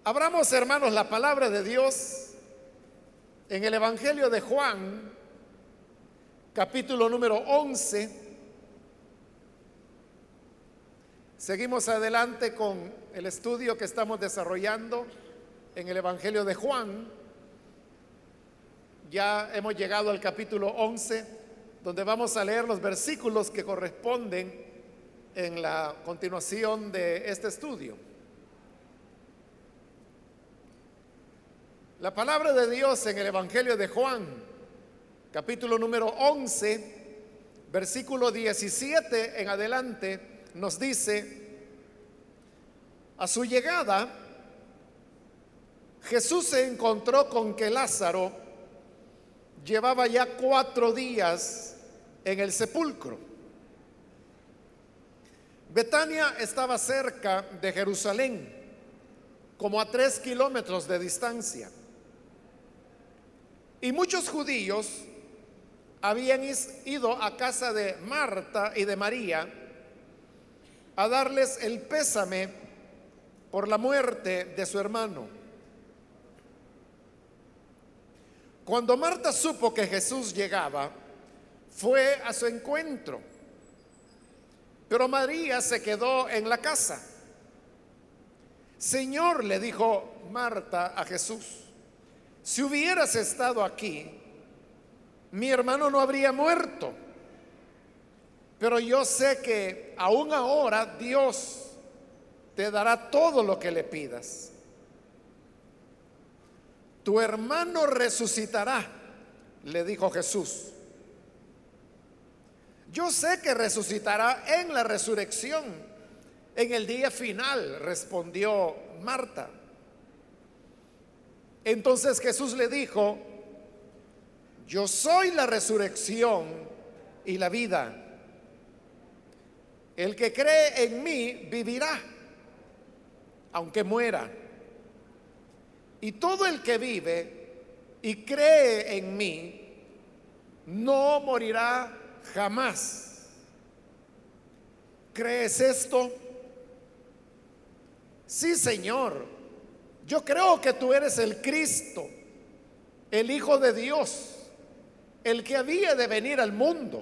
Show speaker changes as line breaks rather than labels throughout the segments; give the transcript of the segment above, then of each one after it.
Abramos, hermanos, la palabra de Dios en el Evangelio de Juan, capítulo número 11. Seguimos adelante con el estudio que estamos desarrollando en el Evangelio de Juan. Ya hemos llegado al capítulo 11, donde vamos a leer los versículos que corresponden en la continuación de este estudio. La palabra de Dios en el Evangelio de Juan, capítulo número 11, versículo 17 en adelante, nos dice: a su llegada, Jesús se encontró con que Lázaro llevaba ya 4 días en el sepulcro. Betania estaba cerca de Jerusalén, como a 3 kilómetros de distancia. Y muchos judíos habían ido a casa de Marta y de María a darles el pésame por la muerte de su hermano. Cuando Marta supo que Jesús llegaba, fue a su encuentro, pero María se quedó en la casa. Señor, le dijo Marta a Jesús, si hubieras estado aquí, mi hermano no habría muerto. Pero yo sé que aún ahora Dios te dará todo lo que le pidas. Tu hermano resucitará, le dijo Jesús. Yo sé que resucitará en la resurrección, en el día final, respondió Marta. Entonces Jesús le dijo: yo soy la resurrección y la vida. El que cree en mí vivirá, aunque muera. Y todo el que vive y cree en mí no morirá jamás. ¿Crees esto? Sí, Señor. Yo creo que tú eres el Cristo, el Hijo de Dios, el que había de venir al mundo.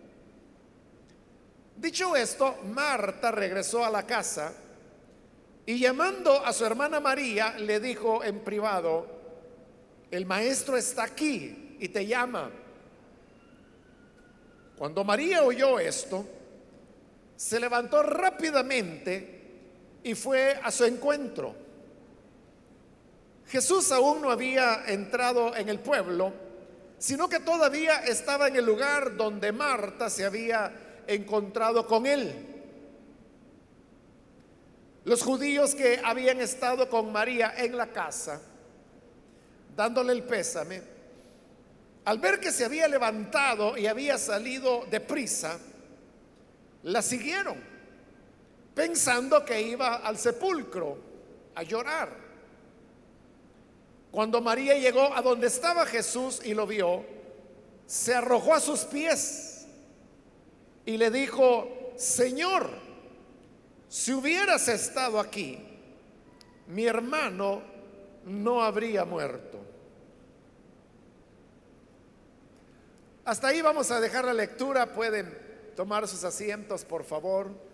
Dicho esto, Marta regresó a la casa y llamando a su hermana María, le dijo en privado: el maestro está aquí y te llama. Cuando María oyó esto, se levantó rápidamente y fue a su encuentro. Jesús aún no había entrado en el pueblo, sino que todavía estaba en el lugar donde Marta se había encontrado con él. Los judíos que habían estado con María en la casa, dándole el pésame, al ver que se había levantado y había salido deprisa, la siguieron, pensando que iba al sepulcro a llorar. Cuando María llegó a donde estaba Jesús y lo vio, se arrojó a sus pies y le dijo: Señor, si hubieras estado aquí, mi hermano no habría muerto. Hasta ahí vamos a dejar la lectura. Pueden tomar sus asientos, por favor.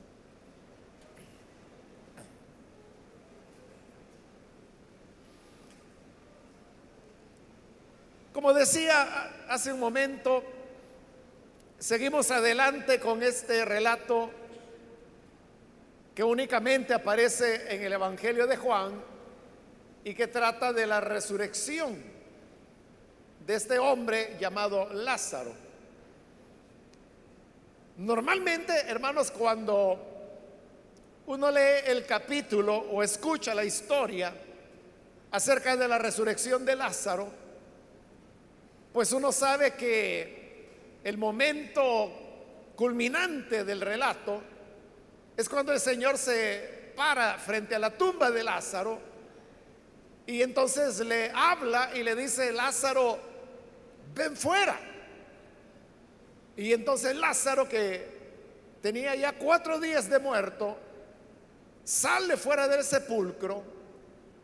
Como decía hace un momento, seguimos adelante con este relato que únicamente aparece en el Evangelio de Juan y que trata de la resurrección de este hombre llamado Lázaro. Normalmente, hermanos, cuando uno lee el capítulo o escucha la historia acerca de la resurrección de Lázaro, pues uno sabe que el momento culminante del relato es cuando el Señor se para frente a la tumba de Lázaro y entonces le habla y le dice: Lázaro, ven fuera. Y entonces Lázaro, que tenía ya 4 días de muerto, sale fuera del sepulcro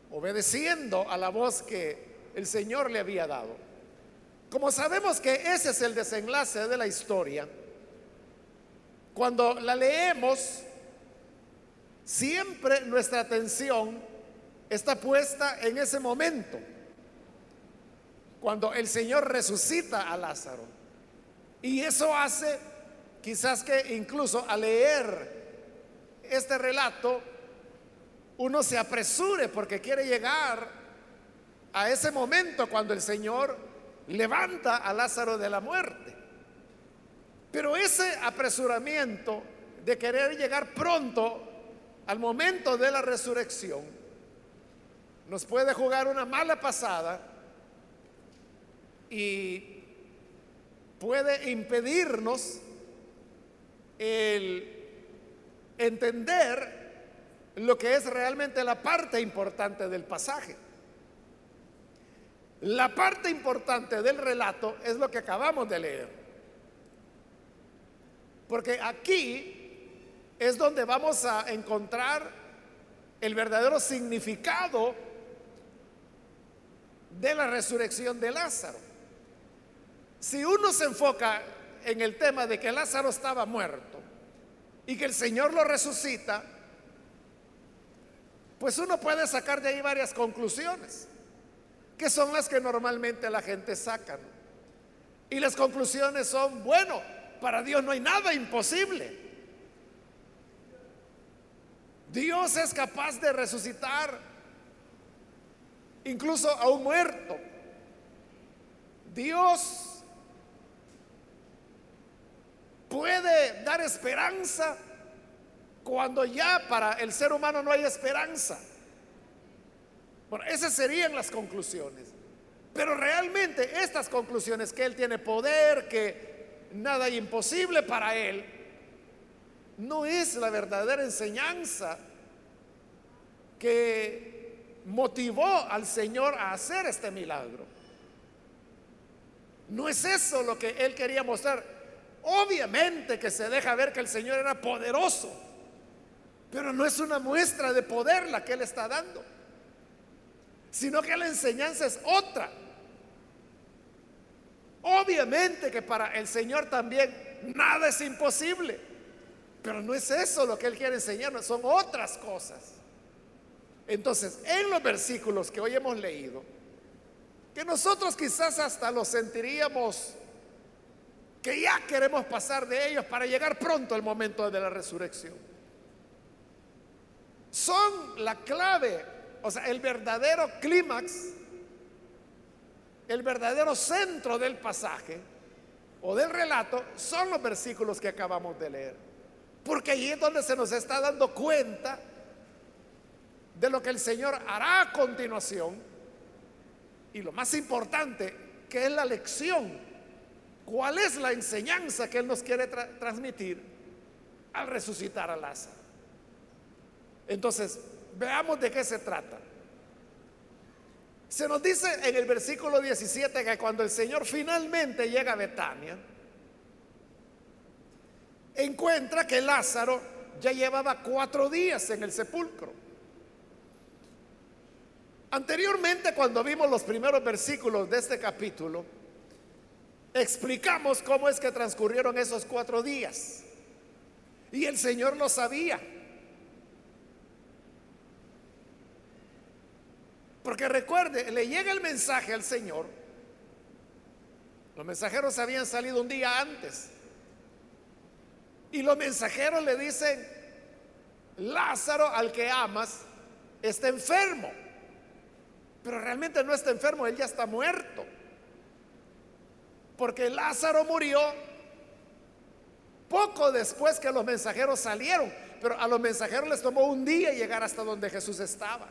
obedeciendo a la voz que el Señor le había dado. Como sabemos que ese es el desenlace de la historia, cuando la leemos, siempre nuestra atención está puesta en ese momento, cuando el Señor resucita a Lázaro. Y eso hace quizás que incluso al leer este relato uno se apresure porque quiere llegar a ese momento cuando el Señor levanta a Lázaro de la muerte. Pero ese apresuramiento de querer llegar pronto al momento de la resurrección nos puede jugar una mala pasada y puede impedirnos el entender lo que es realmente la parte importante del pasaje. La parte importante del relato es lo que acabamos de leer, porque aquí es donde vamos a encontrar el verdadero significado de la resurrección de Lázaro. Si uno se enfoca en el tema de que Lázaro estaba muerto y que el Señor lo resucita, pues uno puede sacar de ahí varias conclusiones, que son las que normalmente la gente saca, ¿no? Y las conclusiones son: bueno, para Dios no hay nada imposible. Dios es capaz de resucitar incluso a un muerto. Dios puede dar esperanza cuando ya para el ser humano no hay esperanza. Bueno, esas serían las conclusiones. Pero realmente estas conclusiones, que Él tiene poder, que nada hay imposible para Él, no es la verdadera enseñanza que motivó al Señor a hacer este milagro. No es eso lo que Él quería mostrar. Obviamente que se deja ver que el Señor era poderoso, pero no es una muestra de poder la que Él está dando, sino que la enseñanza es otra. Obviamente que para el Señor también nada es imposible, pero no es eso lo que Él quiere enseñarnos, son otras cosas. Entonces, en los versículos que hoy hemos leído, que nosotros quizás hasta los sentiríamos que ya queremos pasar de ellos para llegar pronto al momento de la resurrección, son la clave, o sea, el verdadero clímax, el verdadero centro del pasaje o del relato son los versículos que acabamos de leer, porque allí es donde se nos está dando cuenta de lo que el Señor hará a continuación, y lo más importante, que es la lección, cuál es la enseñanza que Él nos quiere transmitir al resucitar a Lázaro. Entonces, veamos de qué se trata. Se nos dice en el versículo 17 que cuando el Señor finalmente llega a Betania, encuentra que Lázaro ya llevaba 4 días en el sepulcro. Anteriormente, cuando vimos los primeros versículos de este capítulo, explicamos cómo es que transcurrieron esos 4 días. Y el Señor lo sabía. Porque recuerde, le llega el mensaje al Señor. Los mensajeros habían salido un día antes. Y los mensajeros le dicen: Lázaro, al que amas, está enfermo. Pero realmente no está enfermo, él ya está muerto. Porque Lázaro murió poco después que los mensajeros salieron. Pero a los mensajeros les tomó un día llegar hasta donde Jesús estaba.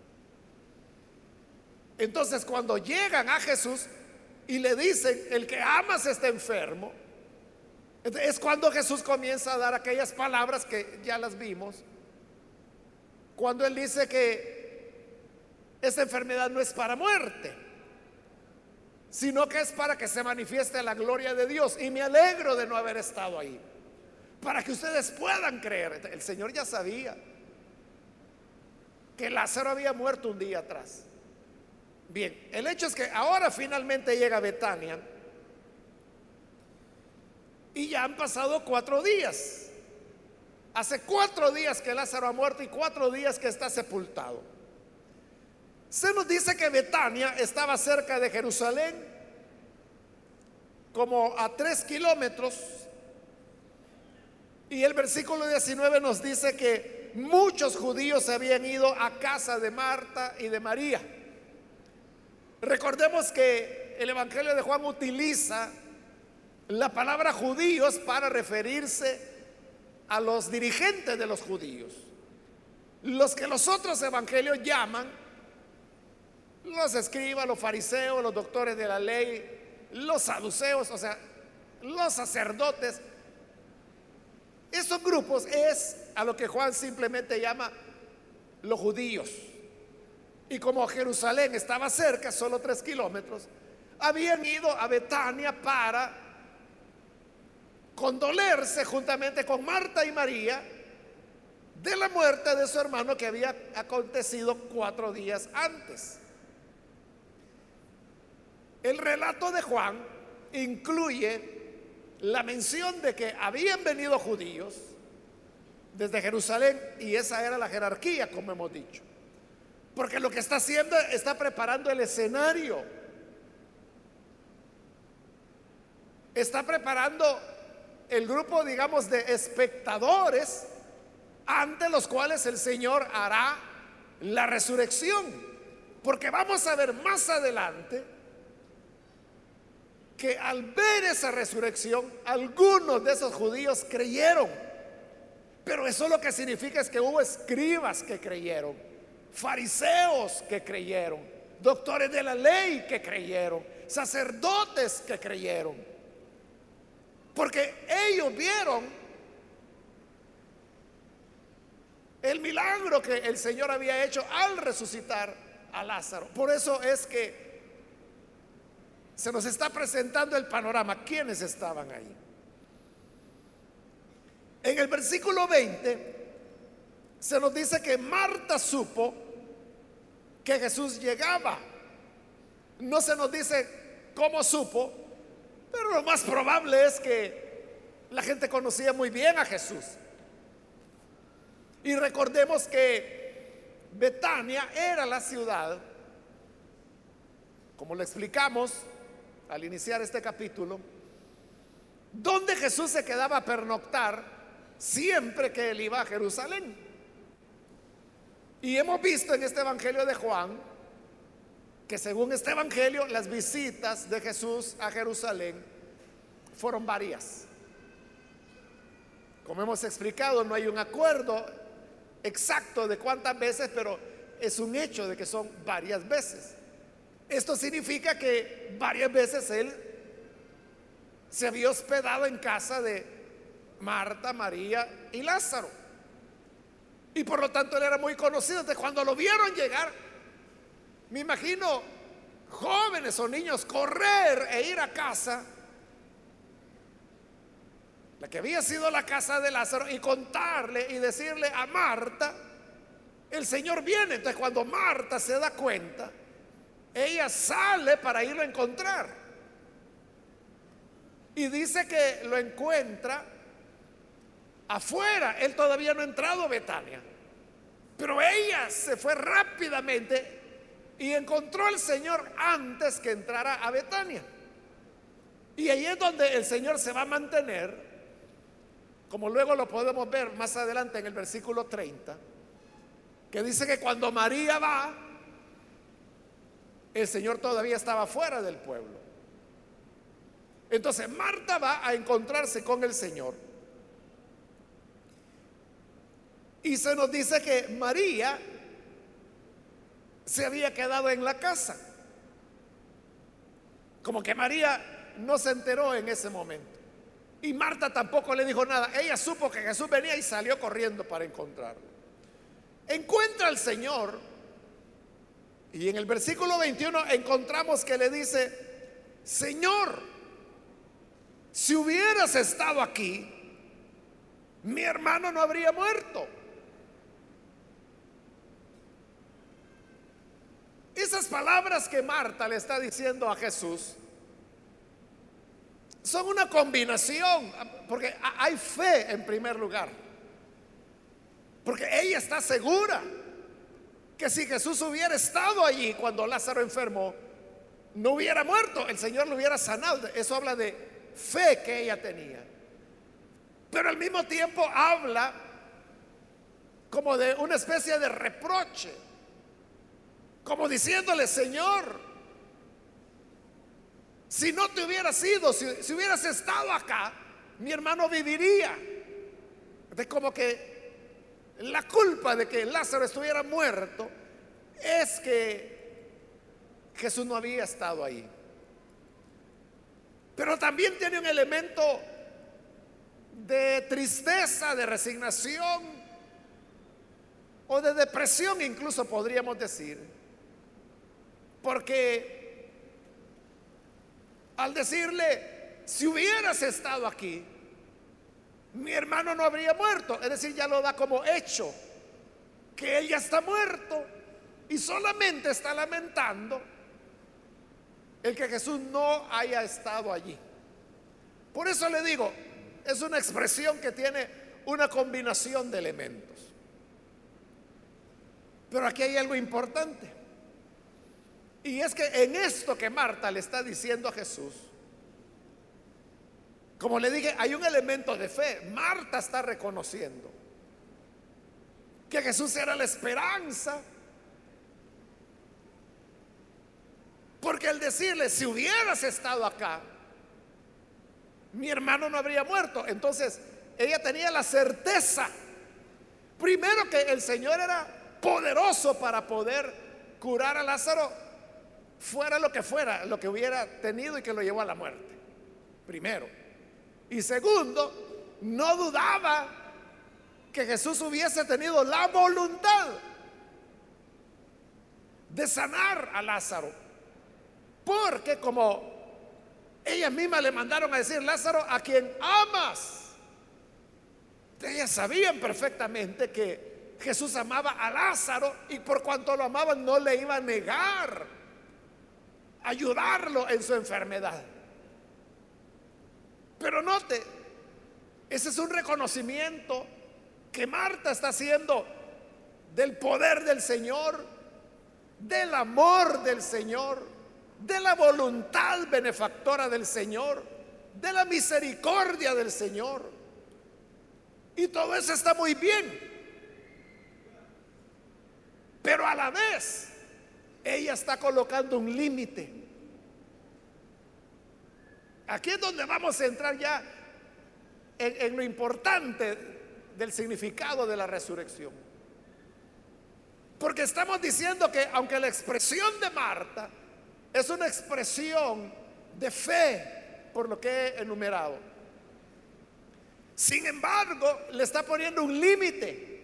Entonces, cuando llegan a Jesús y le dicen: el que amas está enfermo, es cuando Jesús comienza a dar aquellas palabras que ya las vimos, cuando Él dice que esta enfermedad no es para muerte, sino que es para que se manifieste la gloria de Dios. Y me alegro de no haber estado ahí, para que ustedes puedan creer. El Señor ya sabía. que Lázaro había muerto un día atrás. Bien, el hecho es que ahora finalmente llega a Betania y ya han pasado 4 días. Hace 4 días que Lázaro ha muerto y 4 días que está sepultado. Se nos dice que Betania estaba cerca de Jerusalén, como a 3 kilómetros. Y el versículo 19 nos dice que muchos judíos se habían ido a casa de Marta y de María. Recordemos que el Evangelio de Juan utiliza la palabra judíos para referirse a los dirigentes de los judíos, los que los otros evangelios llaman los escribas, los fariseos, los doctores de la ley, los saduceos, o sea, los sacerdotes. Esos grupos es a lo que Juan simplemente llama los judíos. Y como Jerusalén estaba cerca, solo 3 kilómetros, habían ido a Betania para condolerse juntamente con Marta y María de la muerte de su hermano que había acontecido 4 días antes. El relato de Juan incluye la mención de que habían venido judíos desde Jerusalén, y esa era la jerarquía, como hemos dicho, porque lo que está haciendo, está preparando el escenario, está preparando el grupo, digamos, de espectadores ante los cuales el Señor hará la resurrección, porque vamos a ver más adelante que al ver esa resurrección, algunos de esos judíos creyeron. Pero eso lo que significa es que hubo escribas que creyeron, fariseos que creyeron, doctores de la ley que creyeron, sacerdotes que creyeron, porque ellos vieron el milagro que el Señor había hecho al resucitar a Lázaro. Por eso es que se nos está presentando el panorama. ¿Quiénes estaban ahí? En el versículo 20 se nos dice que Marta supo que Jesús llegaba. No se nos dice cómo supo, pero lo más probable es que la gente conocía muy bien a Jesús. Y recordemos que Betania era la ciudad, como lo explicamos al iniciar este capítulo, donde Jesús se quedaba a pernoctar siempre que él iba a Jerusalén. Y hemos visto en este evangelio de Juan que según este evangelio las visitas de Jesús a Jerusalén fueron varias. Como hemos explicado, no hay un acuerdo exacto de cuántas veces, pero es un hecho de que son varias veces. Esto significa que varias veces él se había hospedado en casa de Marta, María y Lázaro, y por lo tanto él era muy conocido. Entonces, cuando lo vieron llegar, me imagino jóvenes o niños correr e ir a casa, la que había sido la casa de Lázaro, y contarle y decirle a Marta: el Señor viene. Entonces, cuando Marta se da cuenta, ella sale para irlo a encontrar, y dice que lo encuentra afuera. Él todavía no ha entrado a Betania, pero ella se fue rápidamente y encontró al Señor antes que entrara a Betania. Y ahí es donde el Señor se va a mantener, como luego lo podemos ver más adelante en el versículo 30, que dice que cuando María va, el Señor todavía estaba fuera del pueblo. Entonces Marta va a encontrarse con el Señor, y se nos dice que María se había quedado en la casa. Como que María no se enteró en ese momento, y Marta tampoco le dijo nada. Ella supo que Jesús venía y salió corriendo para encontrarlo. Encuentra al Señor, y en el versículo 21 encontramos que le dice: Señor, si hubieras estado aquí, mi hermano no habría muerto. estas palabras que Marta le está diciendo a Jesús son una combinación, porque hay fe en primer lugar, porque ella está segura que si Jesús hubiera estado allí cuando Lázaro enfermó, no hubiera muerto, el Señor lo hubiera sanado. Eso habla de fe que ella tenía, pero al mismo tiempo habla como de una especie de reproche, como diciéndole: Señor, si no te hubieras ido, si hubieras estado acá, mi hermano viviría. De como que la culpa de que Lázaro estuviera muerto es que Jesús no había estado ahí. Pero también tiene un elemento de tristeza, de resignación o de depresión, incluso podríamos decir, porque al decirle: si hubieras estado aquí, mi hermano no habría muerto. Es decir, ya lo da como hecho que él ya está muerto y solamente está lamentando el que Jesús no haya estado allí. Por eso le digo, es una expresión que tiene una combinación de elementos. Pero aquí hay algo importante, y es que en esto que Marta le está diciendo a Jesús, como le dije, hay un elemento de fe. Marta está reconociendo que Jesús era la esperanza, porque al decirle: si hubieras estado acá, mi hermano no habría muerto. Entonces ella tenía la certeza, primero, que el Señor era poderoso para poder curar a Lázaro, fuera lo que hubiera tenido y que lo llevó a la muerte, primero. Y segundo, no dudaba que Jesús hubiese tenido la voluntad de sanar a Lázaro, porque como ellas mismas le mandaron a decir: Lázaro, a quien amas. Ellas sabían perfectamente que Jesús amaba a Lázaro, y por cuanto lo amaban no le iba a negar ayudarlo en su enfermedad. Pero note, ese es un reconocimiento que Marta está haciendo del poder del Señor, del amor del Señor, de la voluntad benefactora del Señor, de la misericordia del Señor. Y todo eso está muy bien, pero a la vez ella está colocando un límite. Aquí es donde vamos a entrar ya en lo importante del significado de la resurrección, porque estamos diciendo que aunque la expresión de Marta es una expresión de fe por lo que he enumerado, sin embargo le está poniendo un límite,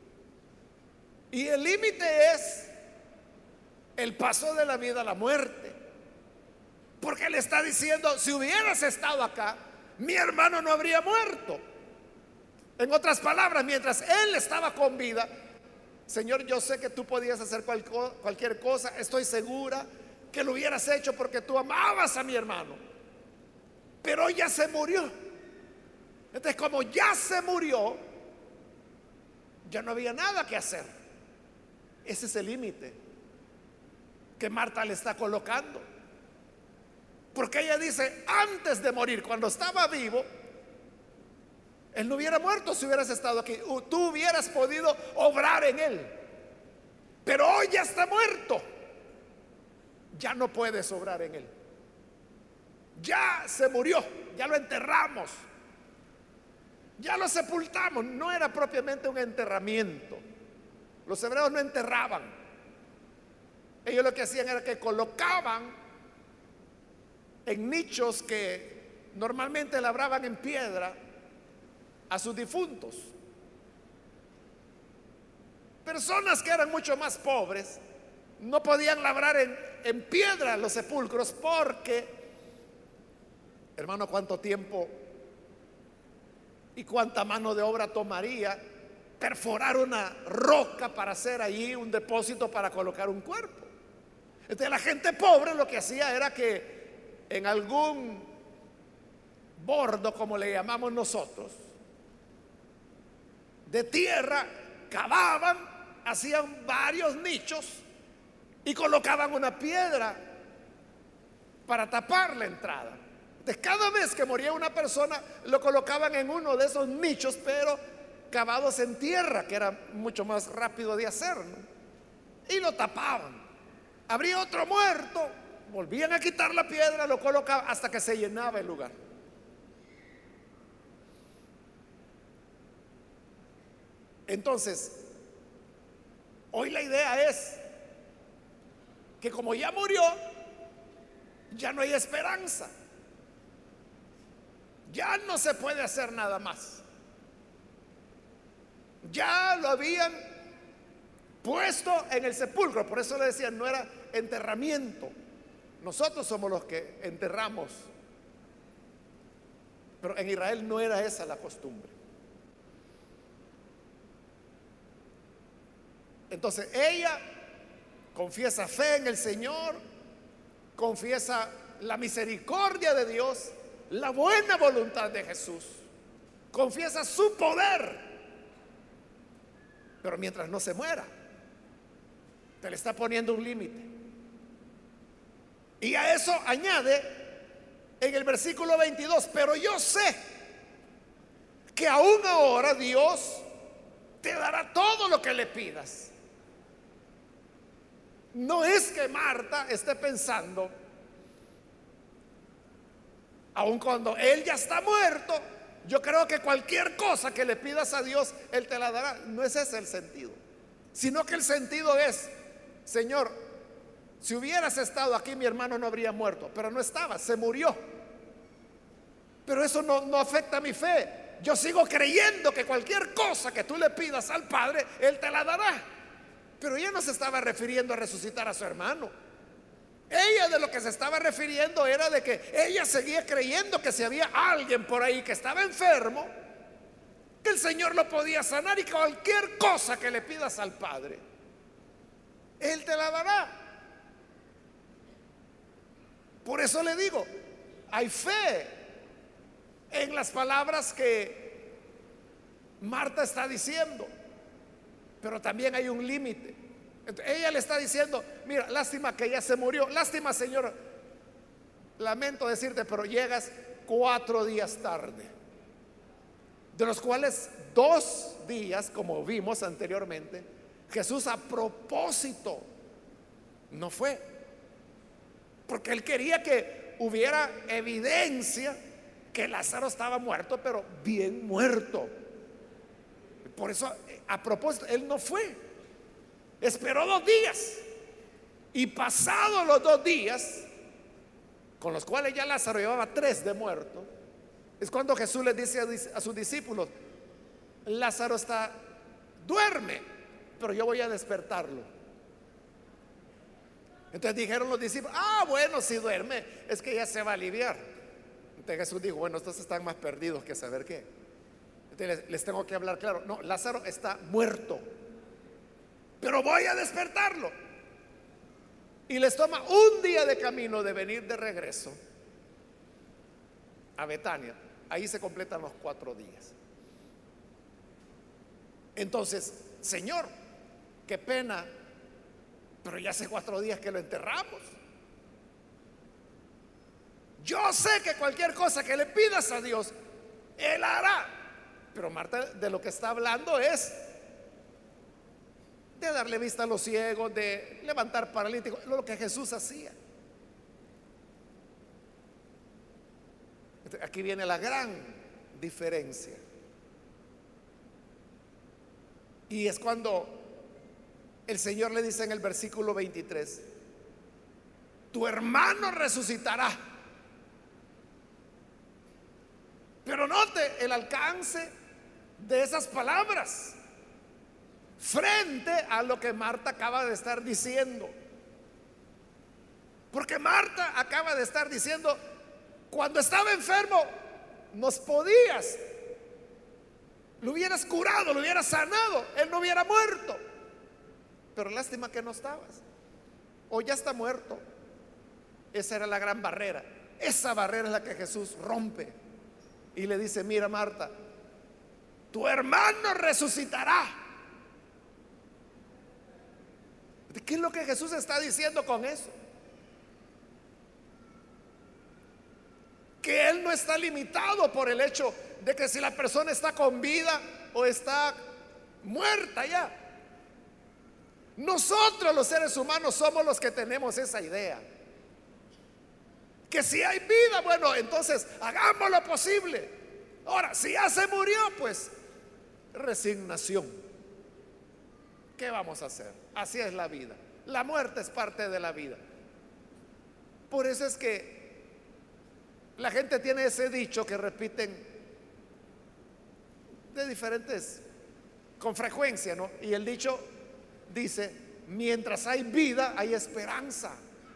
y el límite es el paso de la vida a la muerte, porque le está diciendo: si hubieras estado acá, mi hermano no habría muerto. En otras palabras, mientras él estaba con vida: Señor, yo sé que tú podías hacer cualquier cosa, estoy segura que lo hubieras hecho porque tú amabas a mi hermano, pero ya se murió. Entonces, como ya se murió, ya no había nada que hacer. Ese es el límite que Marta le está colocando, porque ella dice: antes de morir, cuando estaba vivo, él no hubiera muerto. Si hubieras estado aquí, tú hubieras podido obrar en él, pero hoy ya está muerto, ya no puedes obrar en él. Ya se murió, ya lo enterramos, ya lo sepultamos. No era propiamente un enterramiento. Los hebreos no enterraban. Ellos lo que hacían era que colocaban en nichos que normalmente labraban en piedra a sus difuntos. Personas que eran mucho más pobres no podían labrar en piedra los sepulcros, porque, hermano, cuánto tiempo y cuánta mano de obra tomaría perforar una roca para hacer allí un depósito para colocar un cuerpo. Entonces la gente pobre lo que hacía era que en algún bordo, como le llamamos nosotros, de tierra, cavaban, hacían varios nichos y colocaban una piedra para tapar la entrada. Entonces, cada vez que moría una persona, lo colocaban en uno de esos nichos, pero cavados en tierra, que era mucho más rápido de hacer, ¿no? Y lo tapaban. Habría otro muerto, volvían a quitar la piedra, lo colocaban hasta que se llenaba el lugar. Entonces, hoy la idea es que como ya murió, ya no hay esperanza. Ya no se puede hacer nada más. Ya lo habían puesto en el sepulcro. Por eso le decían, no era enterramiento. Nosotros somos los que enterramos. Pero en Israel no era esa la costumbre. Entonces ella confiesa fe en el Señor, confiesa la misericordia de Dios, la buena voluntad de Jesús, confiesa su poder, pero mientras no se muera, te le está poniendo un límite. Y a eso añade en el versículo 22, pero yo sé que aún ahora Dios te dará todo lo que le pidas. No es que Marta esté pensando, aun cuando él ya está muerto, yo creo que cualquier cosa que le pidas a Dios, Él te la dará. No es ese el sentido, sino que el sentido es, Señor, si hubieras estado aquí, mi hermano no habría muerto, pero no estaba, se murió. Pero eso no afecta a mi fe. Yo sigo creyendo que cualquier cosa que tú le pidas al Padre, Él te la dará. Pero ella no se estaba refiriendo a resucitar a su hermano. Ella de lo que se estaba refiriendo era de que ella seguía creyendo que si había alguien por ahí que estaba enfermo, que el Señor lo podía sanar, y que cualquier cosa que le pidas al Padre, Él te la dará. Por eso le digo, hay fe en las palabras que Marta está diciendo, pero también hay un límite. Ella le está diciendo, mira, lástima que ella se murió, lástima, Señor, lamento decirte, pero llegas 4 días tarde, de los cuales 2 días, como vimos anteriormente, Jesús a propósito no fue, porque Él quería que hubiera evidencia que Lázaro estaba muerto, pero bien muerto. Por eso, a propósito, Él no fue. Esperó 2 días. Y pasados los 2 días, con los cuales ya Lázaro llevaba 3 de muerto, es cuando Jesús les dice a sus discípulos, Lázaro duerme, pero yo voy a despertarlo. Entonces dijeron los discípulos, bueno, si duerme, es que ya se va a aliviar. Entonces Jesús dijo, bueno, estos están más perdidos que saber qué. Entonces les tengo que hablar claro. No, Lázaro está muerto, pero voy a despertarlo. Y les toma 1 día de camino de venir de regreso a Betania. Ahí se completan los 4 días. Entonces, Señor, qué pena, pero ya hace 4 días que lo enterramos. Yo sé que cualquier cosa que le pidas a Dios, Él hará. Pero Marta de lo que está hablando es de darle vista a los ciegos, de levantar paralíticos, lo que Jesús hacía. Aquí viene la gran diferencia. Y es cuando el Señor le dice en el versículo 23, tu hermano resucitará. Pero note el alcance de esas palabras frente a lo que Marta acaba de estar diciendo. Porque Marta acaba de estar diciendo, cuando estaba enfermo nos podías, lo hubieras curado, lo hubieras sanado, él no hubiera muerto. Pero lástima que no estabas. o ya está muerto. Esa era la gran barrera. Esa barrera es la que Jesús rompe y le dice: mira, Marta, tu hermano resucitará. ¿Qué es lo que Jesús está diciendo con eso? Que Él no está limitado por el hecho de que si la persona está con vida o está muerta ya. Nosotros los seres humanos somos los que tenemos esa idea. Que si hay vida, bueno, entonces hagamos lo posible. Ahora, si ya se murió, pues resignación. ¿Qué vamos a hacer? Así es la vida. La muerte es parte de la vida. Por eso es que la gente tiene ese dicho que repiten de diferentes, con frecuencia, ¿no? Y el dicho dice: mientras hay vida, hay esperanza.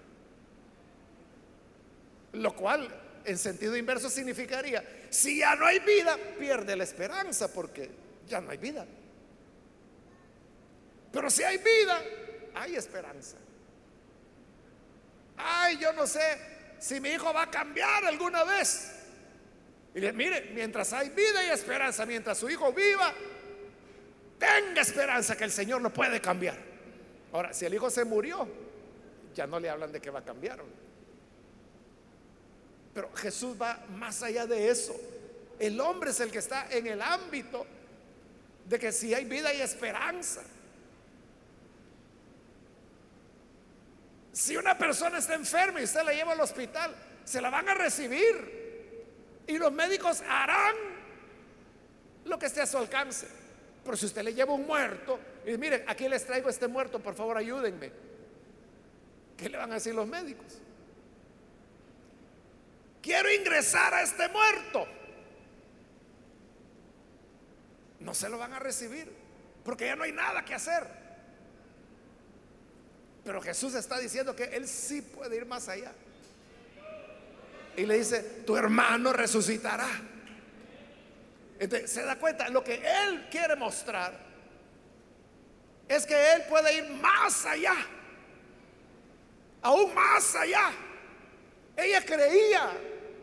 Lo cual, en sentido inverso, significaría: si ya no hay vida, pierde la esperanza, porque ya no hay vida. Pero si hay vida, hay esperanza. Ay, yo no sé si mi hijo va a cambiar alguna vez. Y le mire, mientras hay vida y esperanza, mientras su hijo viva, tenga esperanza que el Señor lo puede cambiar. Ahora, si el hijo se murió, ya no le hablan de que va a cambiar. Pero Jesús va más allá de eso. El hombre es el que está en el ámbito de que si hay vida y esperanza. Si una persona está enferma y usted la lleva al hospital, se la van a recibir y los médicos harán lo que esté a su alcance. Pero si usted le lleva un muerto y miren, aquí les traigo este muerto, por favor ayúdenme, ¿qué le van a decir los médicos? Quiero ingresar a este muerto. No se lo van a recibir porque ya no hay nada que hacer. Pero Jesús está diciendo que Él sí puede ir más allá. Y le dice: tu hermano resucitará. Entonces, se da cuenta, lo que Él quiere mostrar es que Él puede ir más allá, aún más allá. Ella creía,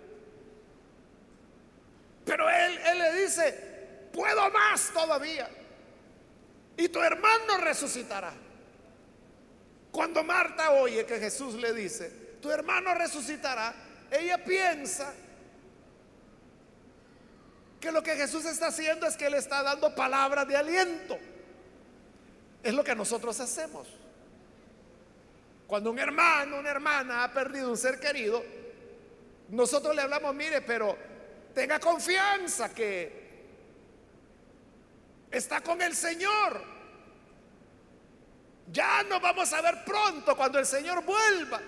pero él le dice: puedo más todavía, y tu hermano resucitará. Cuando Marta oye que Jesús le dice: tu hermano resucitará, ella piensa que lo que Jesús está haciendo es que le está dando palabras de aliento. Es lo que nosotros hacemos. Cuando un hermano, una hermana ha perdido un ser querido, nosotros le hablamos: mire, pero tenga confianza que está con el Señor. Ya nos vamos a ver pronto cuando el Señor vuelva.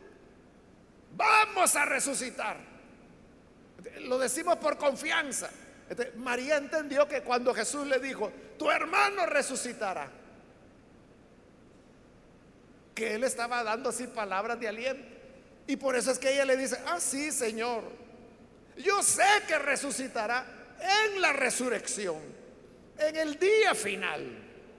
Vamos a resucitar. Lo decimos por confianza. María entendió que cuando Jesús le dijo: tu hermano resucitará, que Él estaba dando así palabras de aliento. Y por eso es que ella le dice: ah, sí, Señor, yo sé que resucitará en la resurrección, en el día final.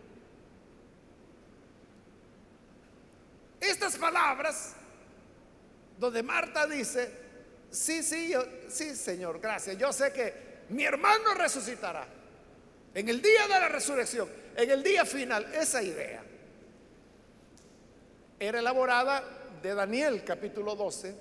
Estas palabras donde Marta dice: sí, sí, Señor, gracias, yo sé que mi hermano resucitará en el día de la resurrección, en el día final. Esa idea era elaborada de Daniel capítulo 12,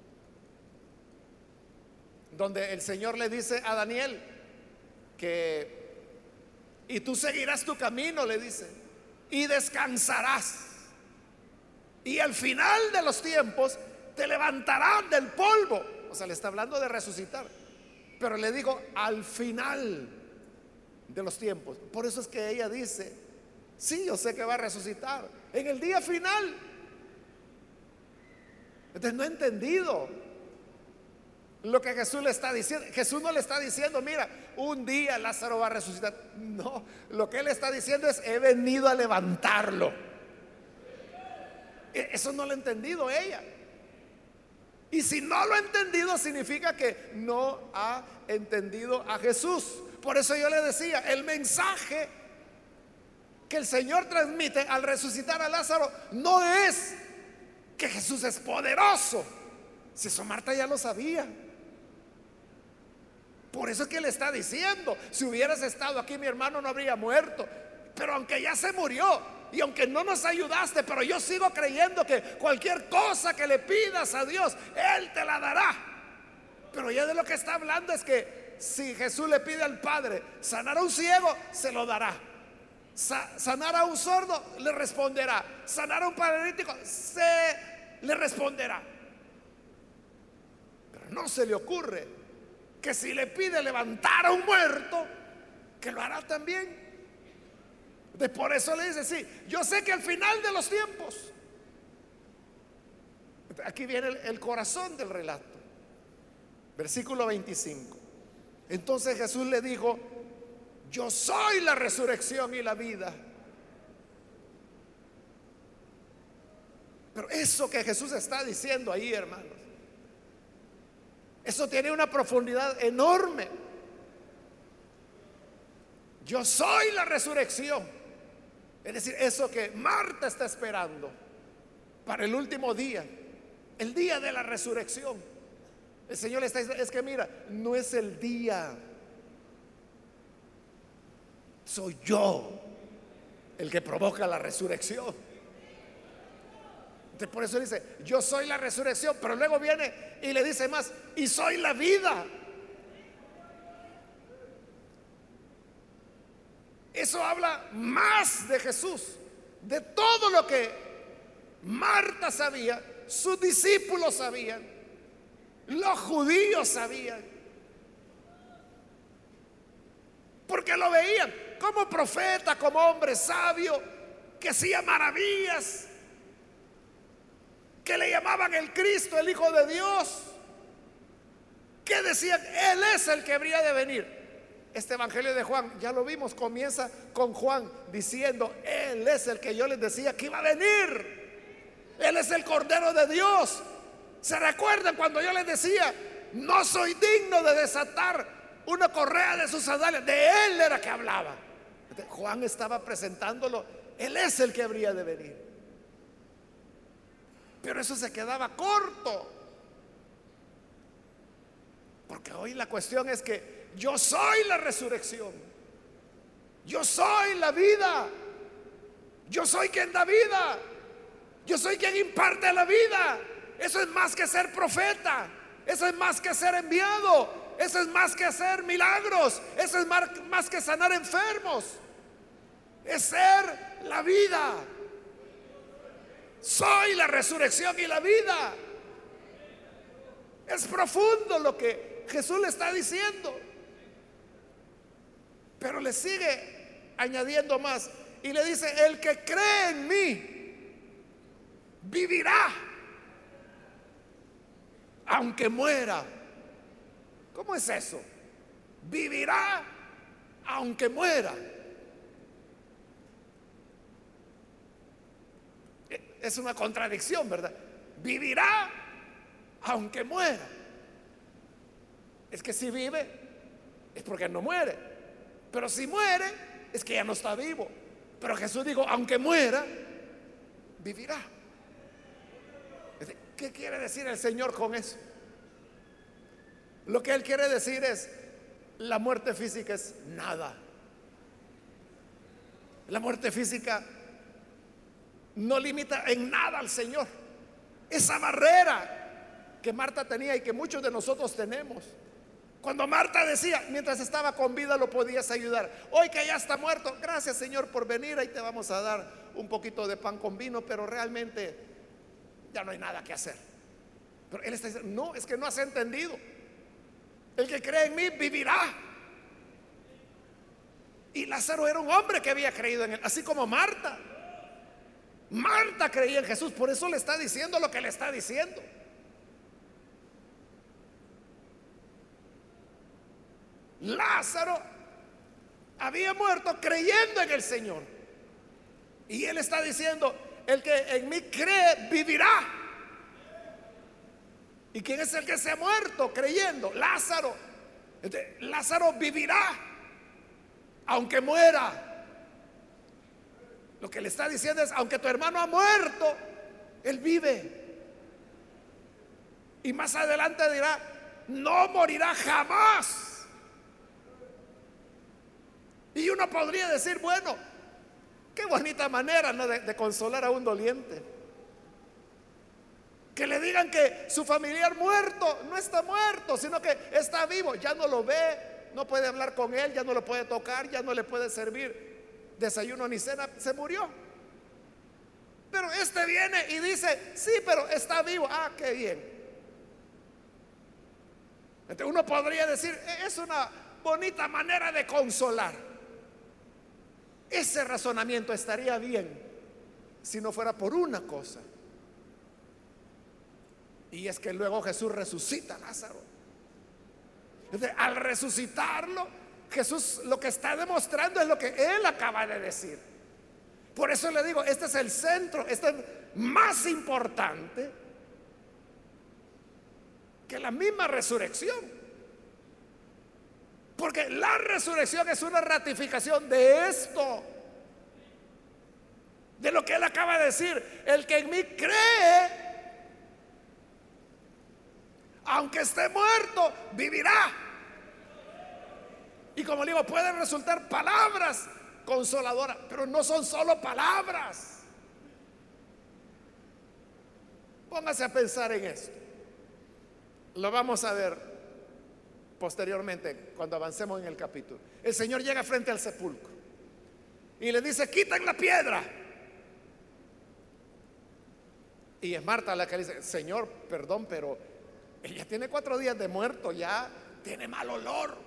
donde el Señor le dice a Daniel que: y tú seguirás tu camino, le dice, y descansarás, y al final de los tiempos te levantarán del polvo. O sea, le está hablando de resucitar, pero le digo: al final de los tiempos. Por eso es que ella dice: sí, yo sé que va a resucitar en el día final. Entonces no he entendido lo que Jesús le está diciendo. Jesús no le está diciendo: mira, un día Lázaro va a resucitar. No, lo que Él está diciendo es: he venido a levantarlo. Eso no lo ha entendido ella. Y si no lo ha entendido, significa que no ha entendido a Jesús. Por eso yo le decía, el mensaje que el Señor transmite al resucitar a Lázaro no es que Jesús es poderoso. Si eso Marta ya lo sabía. Por eso es que le está diciendo: si hubieras estado aquí, mi hermano no habría muerto. Pero aunque ya se murió y aunque no nos ayudaste, pero yo sigo creyendo que cualquier cosa que le pidas a Dios, Él te la dará. Pero ya de lo que está hablando es que si Jesús le pide al Padre sanar a un ciego, se lo dará. Sanar a un sordo, le responderá. Sanar a un paralítico, le responderá. Pero no se le ocurre que si le pide levantar a un muerto, que lo hará también. Por eso le dice: sí, yo sé que al final de los tiempos. Aquí viene el corazón del relato. Versículo 25. Entonces Jesús le dijo: yo soy la resurrección y la vida. Pero eso que Jesús está diciendo ahí, hermanos, eso tiene una profundidad enorme. Yo soy la resurrección. Es decir, eso que Marta está esperando para el último día, el día de la resurrección. El Señor le está diciendo: es que mira, no es el día, soy yo el que provoca la resurrección. Entonces, por eso dice: yo soy la resurrección. Pero luego viene y le dice más: y soy la vida. Eso habla más de Jesús, de todo lo que Marta sabía, sus discípulos sabían, los judíos sabían, porque lo veían como profeta, como hombre sabio, que hacía maravillas, que le llamaban el Cristo, el Hijo de Dios, que decían: Él es el que habría de venir. Este evangelio de Juan, ya lo vimos, comienza con Juan diciendo: Él es el que yo les decía que iba a venir. Él es el Cordero de Dios. ¿Se recuerdan cuando yo les decía: no soy digno de desatar una correa de sus sandalias? De Él era que hablaba. Juan estaba presentándolo: Él es el que habría de venir. Pero eso se quedaba corto, porque hoy la cuestión es que yo soy la resurrección, yo soy la vida, yo soy quien da vida, yo soy quien imparte la vida. Eso es más que ser profeta, eso es más que ser enviado, eso es más que hacer milagros, eso es más que sanar enfermos, es ser la vida. Soy la resurrección y la vida. Es profundo lo que Jesús le está diciendo. Pero le sigue añadiendo más y le dice: el que cree en mí vivirá aunque muera. ¿Cómo es eso? Vivirá aunque muera. Es una contradicción, ¿verdad? Vivirá aunque muera. Es que si vive es porque no muere, pero si muere es que ya no está vivo. Pero Jesús dijo: aunque muera, vivirá. ¿Qué quiere decir el Señor con eso? Lo que Él quiere decir es: la muerte física es nada. La muerte física no limita en nada al Señor. Esa barrera que Marta tenía y que muchos de nosotros tenemos. Cuando Marta decía: mientras estaba con vida lo podías ayudar, hoy que ya está muerto, gracias Señor por venir, ahí te vamos a dar un poquito de pan con vino, pero realmente ya no hay nada que hacer. Pero Él está diciendo: no, es que no has entendido. El que cree en mí vivirá. Y Lázaro era un hombre que había creído en Él, así como Marta. Marta creía en Jesús, por eso le está diciendo lo que le está diciendo. Lázaro había muerto creyendo en el Señor, y Él está diciendo: el que en mí cree vivirá. ¿Y quién es el que se ha muerto creyendo? Lázaro. Entonces, Lázaro vivirá aunque muera. Lo que le está diciendo es: aunque tu hermano ha muerto, él vive. Y más adelante dirá, no morirá jamás. Y uno podría decir, bueno, qué bonita manera, ¿no?, de consolar a un doliente. Que le digan que su familiar muerto no está muerto, sino que está vivo. Ya no lo ve, no puede hablar con él, ya no lo puede tocar, ya no le puede servir desayuno ni cena, se murió. Pero este viene y dice, sí, pero está vivo. Ah, qué bien. Entonces uno podría decir, es una bonita manera de consolar. Ese razonamiento estaría bien si no fuera por una cosa. Y es que luego Jesús resucita a Lázaro. Entonces, al resucitarlo, Jesús lo que está demostrando es lo que él acaba de decir. Por eso le digo, este es el centro, este es más importante que la misma resurrección. Porque la resurrección es una ratificación de esto, de lo que él acaba de decir. El que en mí cree, aunque esté muerto, vivirá. Y como digo, pueden resultar palabras consoladoras, pero no son solo palabras. Póngase a pensar en esto. Lo vamos a ver posteriormente cuando avancemos en el capítulo. El Señor llega frente al sepulcro y le dice, quiten la piedra. Y es Marta la que le dice, Señor, perdón, pero ella tiene 4 días de muerto, ya tiene mal olor.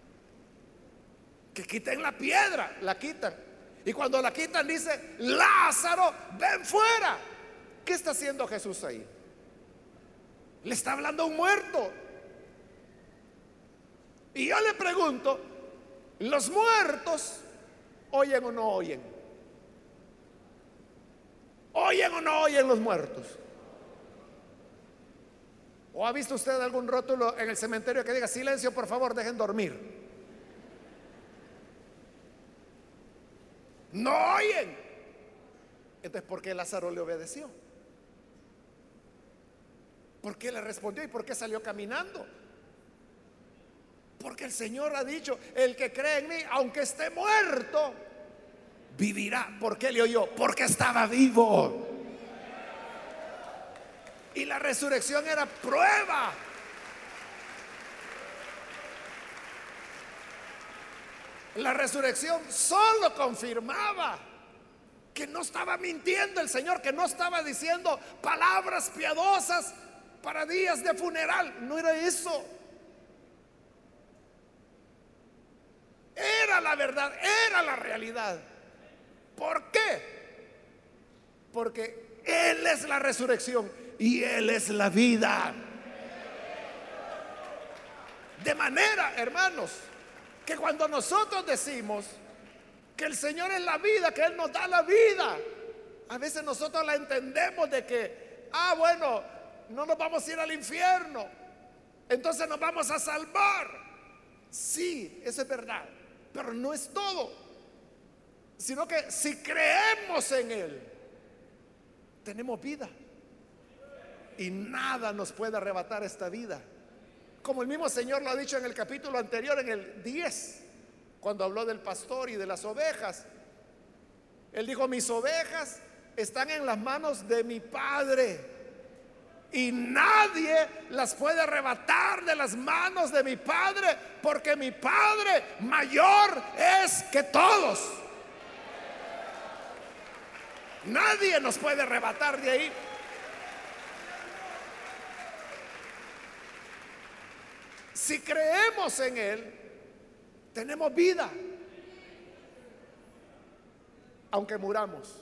Que quiten la piedra. La quitan. Y cuando la quitan dice, Lázaro, ven fuera. ¿Qué está haciendo Jesús ahí? Le está hablando a un muerto. Y yo le pregunto, ¿los muertos oyen o no oyen? ¿Oyen o no oyen los muertos? ¿O ha visto usted algún rótulo en el cementerio que diga, silencio, por favor, dejen dormir? No oyen. Entonces, ¿por qué Lázaro le obedeció? ¿Por qué le respondió y por qué salió caminando? Porque el Señor ha dicho, el que cree en mí, aunque esté muerto, vivirá. ¿Por qué le oyó? Porque estaba vivo. Y la resurrección era prueba. La resurrección solo confirmaba que no estaba mintiendo el Señor, que no estaba diciendo palabras piadosas para días de funeral. No era eso. Era la verdad, era la realidad. ¿Por qué? Porque Él es la resurrección y Él es la vida. De manera, hermanos, que cuando nosotros decimos que el Señor es la vida, que Él nos da la vida, a veces nosotros la entendemos de que, bueno, no nos vamos a ir al infierno, entonces nos vamos a salvar. Sí, eso es verdad, pero no es todo, sino que si creemos en Él, tenemos vida y nada nos puede arrebatar esta vida. Como el mismo Señor lo ha dicho en el capítulo anterior, en el 10, cuando habló del pastor y de las ovejas. Él dijo, mis ovejas están en las manos de mi Padre y nadie las puede arrebatar de las manos de mi Padre, porque mi Padre mayor es que todos. Nadie nos puede arrebatar de ahí. Si creemos en Él, tenemos vida, aunque muramos.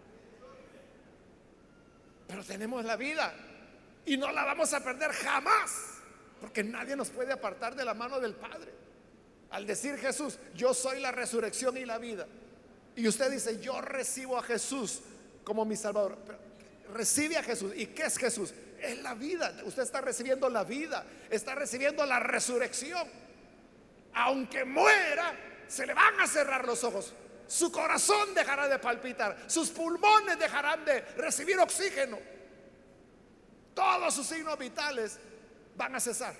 Pero tenemos la vida y no la vamos a perder jamás, porque nadie nos puede apartar de la mano del Padre. Al decir Jesús, yo soy la resurrección y la vida, y usted dice, yo recibo a Jesús como mi Salvador. Pero recibe a Jesús. ¿Y qué es Jesús? Es la vida. Usted está recibiendo la vida, está recibiendo la resurrección. Aunque muera, se le van a cerrar los ojos, su corazón dejará de palpitar, sus pulmones dejarán de recibir oxígeno, todos sus signos vitales van a cesar.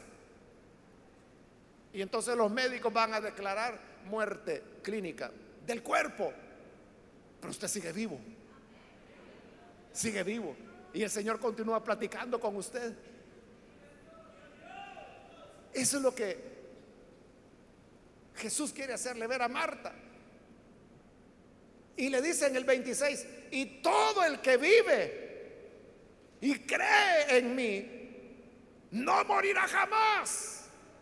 Y entonces los médicos van a declarar muerte clínica del cuerpo. Pero usted sigue vivo. Sigue vivo. Y el Señor continúa platicando con usted. Eso es lo que Jesús quiere hacerle ver a Marta. Y le dice en el 26: y todo el que vive y cree en mí no morirá jamás.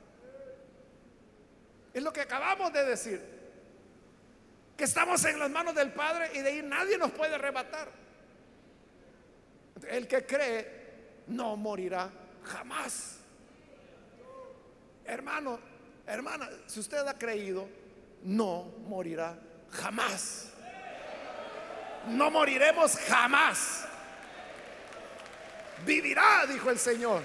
Es lo que acabamos de decir, que estamos en las manos del Padre y de ahí nadie nos puede arrebatar. El que cree no morirá jamás. Hermano, hermana, si usted ha creído, no morirá jamás. No moriremos jamás. Vivirá, dijo el Señor.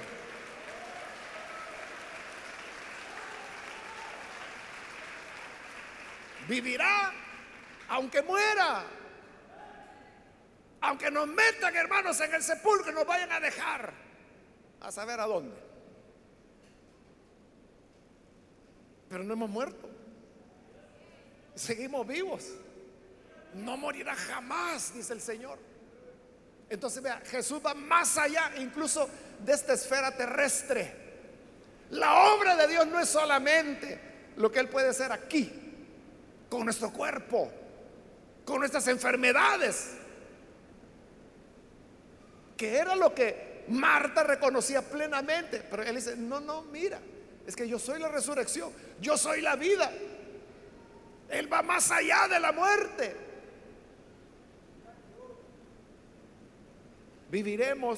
Vivirá aunque muera. Aunque nos metan, hermanos, en el sepulcro y nos vayan a dejar a saber a dónde. Pero no hemos muerto. Seguimos vivos. No morirá jamás, dice el Señor. Entonces vea, Jesús va más allá incluso de esta esfera terrestre. La obra de Dios no es solamente lo que Él puede hacer aquí, con nuestro cuerpo, con nuestras enfermedades, que era lo que Marta reconocía plenamente. Pero Él dice: no, no, mira, es que yo soy la resurrección, yo soy la vida. Él va más allá de la muerte. Viviremos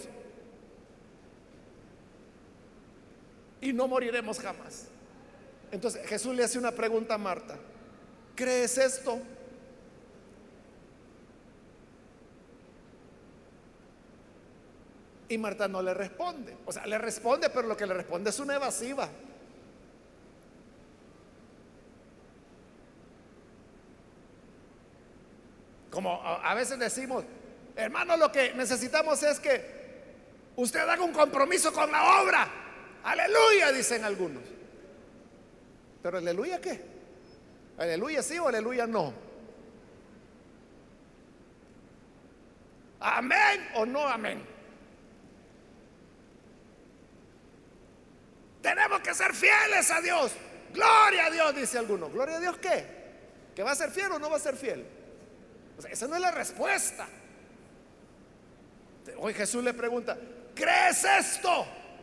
y no moriremos jamás. Entonces Jesús le hace una pregunta a Marta: ¿crees esto? Y Marta no le responde. O sea, le responde, pero lo que le responde es una evasiva. Como a veces decimos: hermano, lo que necesitamos es que usted haga un compromiso con la obra. Aleluya, dicen algunos. Pero aleluya, ¿qué? Aleluya sí o aleluya no. Amén o no amén. Tenemos que ser fieles a Dios. Gloria a Dios, dice alguno. ¿Gloria a Dios qué? ¿Que va a ser fiel o no va a ser fiel? O sea, esa no es la respuesta. Hoy Jesús le pregunta: ¿crees esto?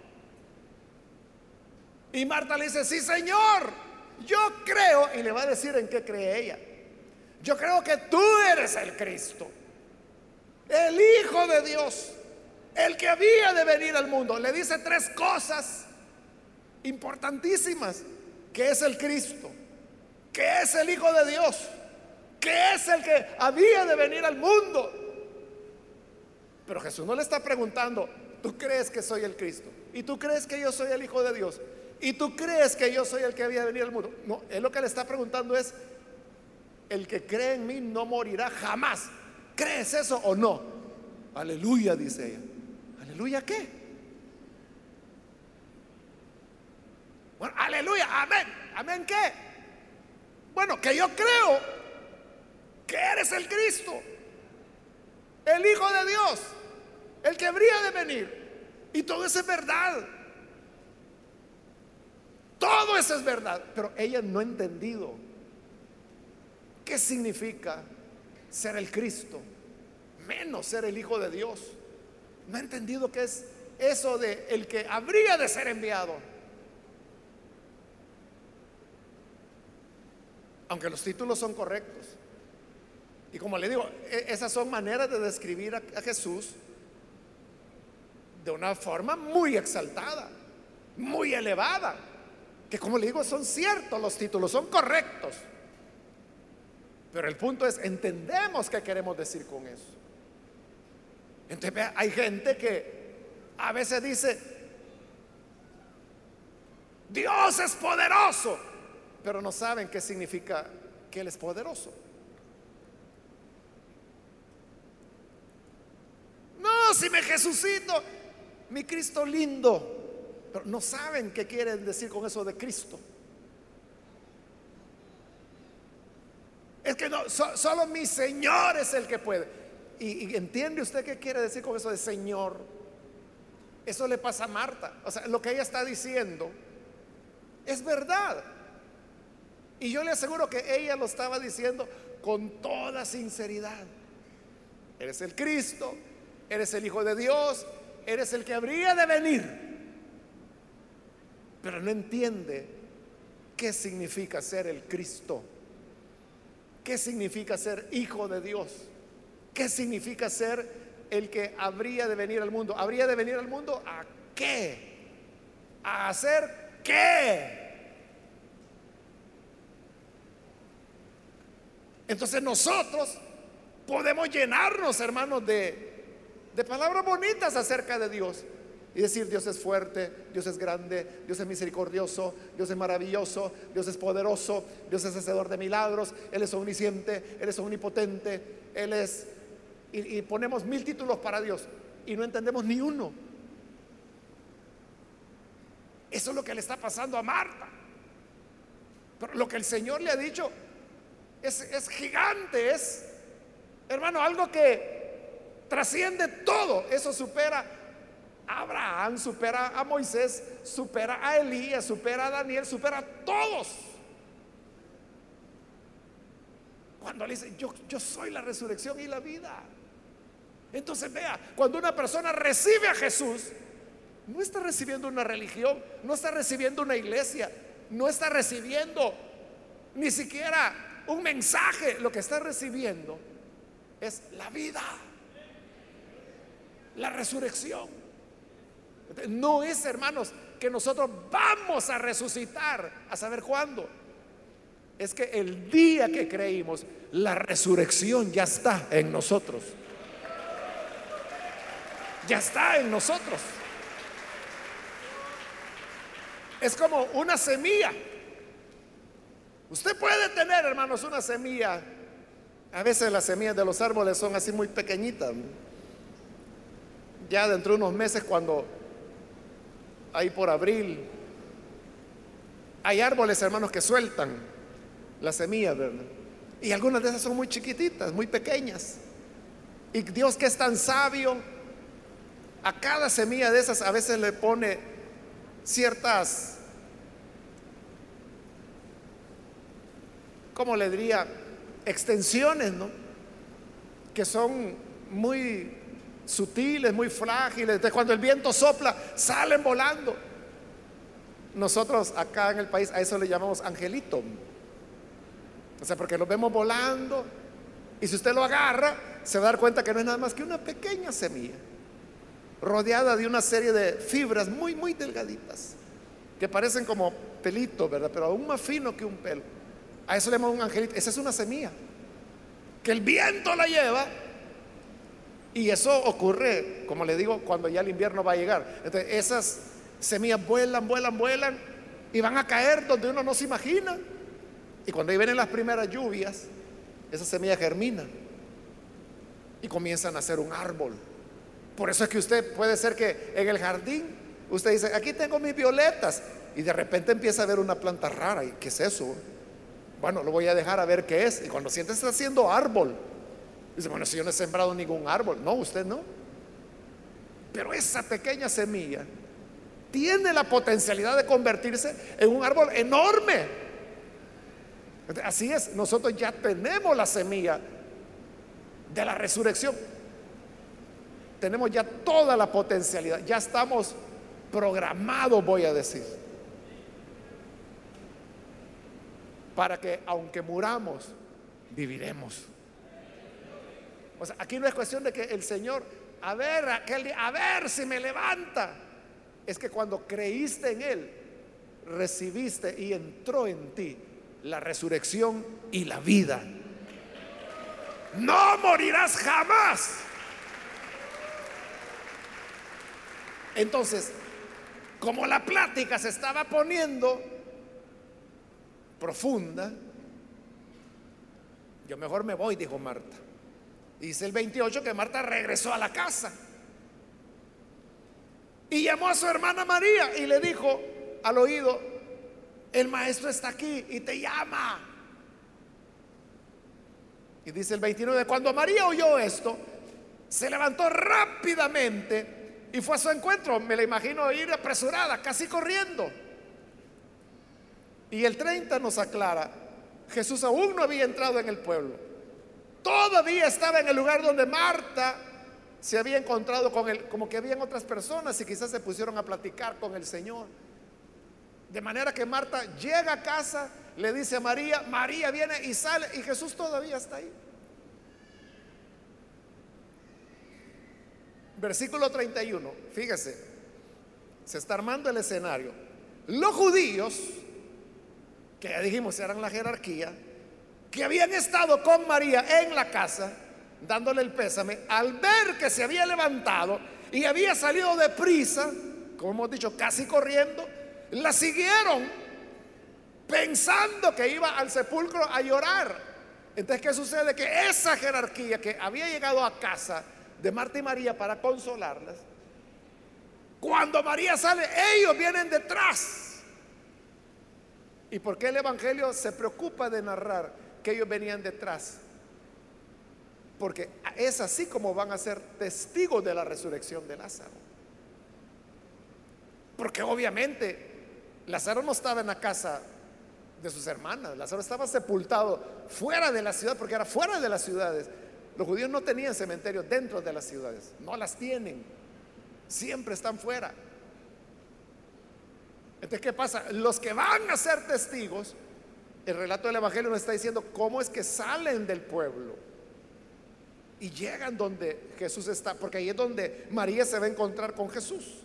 Y Marta le dice: sí, Señor, yo creo. Y le va a decir en qué cree ella. Yo creo que tú eres el Cristo, el Hijo de Dios, el que había de venir al mundo. Le dice tres cosas importantísimas: que es el Cristo, que es el Hijo de Dios, que es el que había de venir al mundo. Pero Jesús no le está preguntando: ¿tú crees que soy el Cristo? ¿Y tú crees que yo soy el Hijo de Dios? ¿Y tú crees que yo soy el que había de venir al mundo? No, él lo que le está preguntando es: el que cree en mí no morirá jamás. ¿Crees eso o no? Aleluya, dice ella. ¿Aleluya qué? Bueno, aleluya, amén. ¿Amén qué? Bueno, que yo creo que eres el Cristo, el Hijo de Dios, el que habría de venir. Y todo eso es verdad. Todo eso es verdad. Pero ella no ha entendido qué significa ser el Cristo, menos ser el Hijo de Dios. No ha entendido qué es eso de el que habría de ser enviado. Aunque los títulos son correctos. Y como le digo, esas son maneras de describir a Jesús de una forma muy exaltada, muy elevada. Que como le digo, son ciertos los títulos, son correctos. Pero el punto es: entendemos qué queremos decir con eso. Entonces, vea, hay gente que a veces dice: Dios es poderoso, pero no saben qué significa que Él es poderoso. No, si me Jesucito mi Cristo lindo, pero no saben qué quieren decir con eso de Cristo. Es que no, solo mi Señor es el que puede. Y entiende usted qué quiere decir con eso de Señor. Eso le pasa a Marta. O sea, lo que ella está diciendo es verdad. Y yo le aseguro que ella lo estaba diciendo con toda sinceridad. Eres el Cristo, eres el Hijo de Dios, eres el que habría de venir. Pero no entiende qué significa ser el Cristo. ¿Qué significa ser hijo de Dios? ¿Qué significa ser el que habría de venir al mundo? ¿Habría de venir al mundo a qué? ¿A hacer qué? Entonces nosotros podemos llenarnos, hermanos, de palabras bonitas acerca de Dios y decir: Dios es fuerte, Dios es grande, Dios es misericordioso, Dios es maravilloso, Dios es poderoso, Dios es hacedor de milagros, Él es omnisciente, Él es omnipotente, Él es... Y ponemos 1000 títulos para Dios y no entendemos ni uno. Eso es lo que le está pasando a Marta. Pero lo que el Señor le ha dicho es gigante, es, hermano, algo que trasciende todo. Eso supera a Abraham, supera a Moisés, supera a Elías, supera a Daniel, supera a todos. Cuando le dice: yo soy la resurrección y la vida. Entonces vea, cuando una persona recibe a Jesús, no está recibiendo una religión, no está recibiendo una iglesia, no está recibiendo ni siquiera un mensaje. Lo que está recibiendo es la vida, la resurrección. No es, hermanos, que nosotros vamos a resucitar a saber cuándo. Es que el día que creímos, la resurrección ya está en nosotros. Ya está en nosotros. Es como una semilla. Usted puede tener, hermanos, una semilla. A veces las semillas de los árboles son así muy pequeñitas. Ya dentro de unos meses, cuando ahí por abril, hay árboles, hermanos, que sueltan las semillas, ¿verdad? Y algunas de esas son muy chiquititas, muy pequeñas. Y Dios, que es tan sabio, a cada semilla de esas a veces le pone ciertas, ¿cómo le diría?, extensiones, ¿no?, que son muy sutiles, muy frágiles. Entonces, cuando el viento sopla, salen volando. Nosotros acá en el país a eso le llamamos angelito. O sea, porque los vemos volando, y si usted lo agarra, se va a dar cuenta que no es nada más que una pequeña semilla rodeada de una serie de fibras muy, muy delgaditas, que parecen como pelitos, ¿verdad?, pero aún más fino que un pelo. A eso le llamamos un angelito. Esa es una semilla que el viento la lleva. Y eso ocurre, como le digo, cuando ya el invierno va a llegar. Entonces esas semillas vuelan, vuelan, vuelan, y van a caer donde uno no se imagina. Y cuando ahí vienen las primeras lluvias, esas semillas germinan y comienzan a hacer un árbol. Por eso es que usted puede ser que en el jardín usted dice: aquí tengo mis violetas, y de repente empieza a ver una planta rara. ¿Y qué es eso? Bueno, lo voy a dejar a ver qué es. Y cuando siente, está haciendo árbol. Dice: bueno, si yo no he sembrado ningún árbol. No, usted no. Pero esa pequeña semilla tiene la potencialidad de convertirse en un árbol enorme. Así es, nosotros ya tenemos la semilla de la resurrección. Tenemos ya toda la potencialidad. Ya estamos programados, voy a decir, para que aunque muramos, viviremos. O sea, aquí no es cuestión de que el Señor, a ver, a ver si me levanta. Es que cuando creíste en Él, recibiste y entró en ti la resurrección y la vida. No morirás jamás. Entonces, como la plática se estaba poniendo profunda, yo mejor me voy, dijo Marta. Y dice el 28 que Marta regresó a la casa. Y llamó a su hermana María y le dijo al oído: el maestro está aquí y te llama. Y dice el 29: cuando María oyó esto, se levantó rápidamente y fue a su encuentro. Me la imagino ir apresurada, casi corriendo. Y el 30 nos aclara: Jesús aún no había entrado en el pueblo, todavía estaba en el lugar donde Marta se había encontrado con él. Como que habían otras personas y quizás se pusieron a platicar con el Señor. De manera que Marta llega a casa, le dice a María, María viene y sale, y Jesús todavía está ahí. Versículo 31, fíjese, se está armando el escenario. Los judíos, que ya dijimos eran la jerarquía, que habían estado con María en la casa dándole el pésame, al ver que se había levantado y había salido deprisa, como hemos dicho, casi corriendo, la siguieron pensando que iba al sepulcro a llorar. Entonces, ¿qué sucede? Que esa jerarquía que había llegado a casa de Marta y María para consolarlas, cuando María sale, ellos vienen detrás. ¿Y por qué el Evangelio se preocupa de narrar que ellos venían detrás? Porque es así como van a ser testigos de la resurrección de Lázaro. Porque obviamente Lázaro no estaba en la casa de sus hermanas. Lázaro estaba sepultado fuera de la ciudad, porque era fuera de las ciudades. Los judíos no tenían cementerios dentro de las ciudades, no las tienen, siempre están fuera. Entonces, ¿qué pasa? Los que van a ser testigos, el relato del Evangelio nos está diciendo cómo es que salen del pueblo y llegan donde Jesús está, porque ahí es donde María se va a encontrar con Jesús.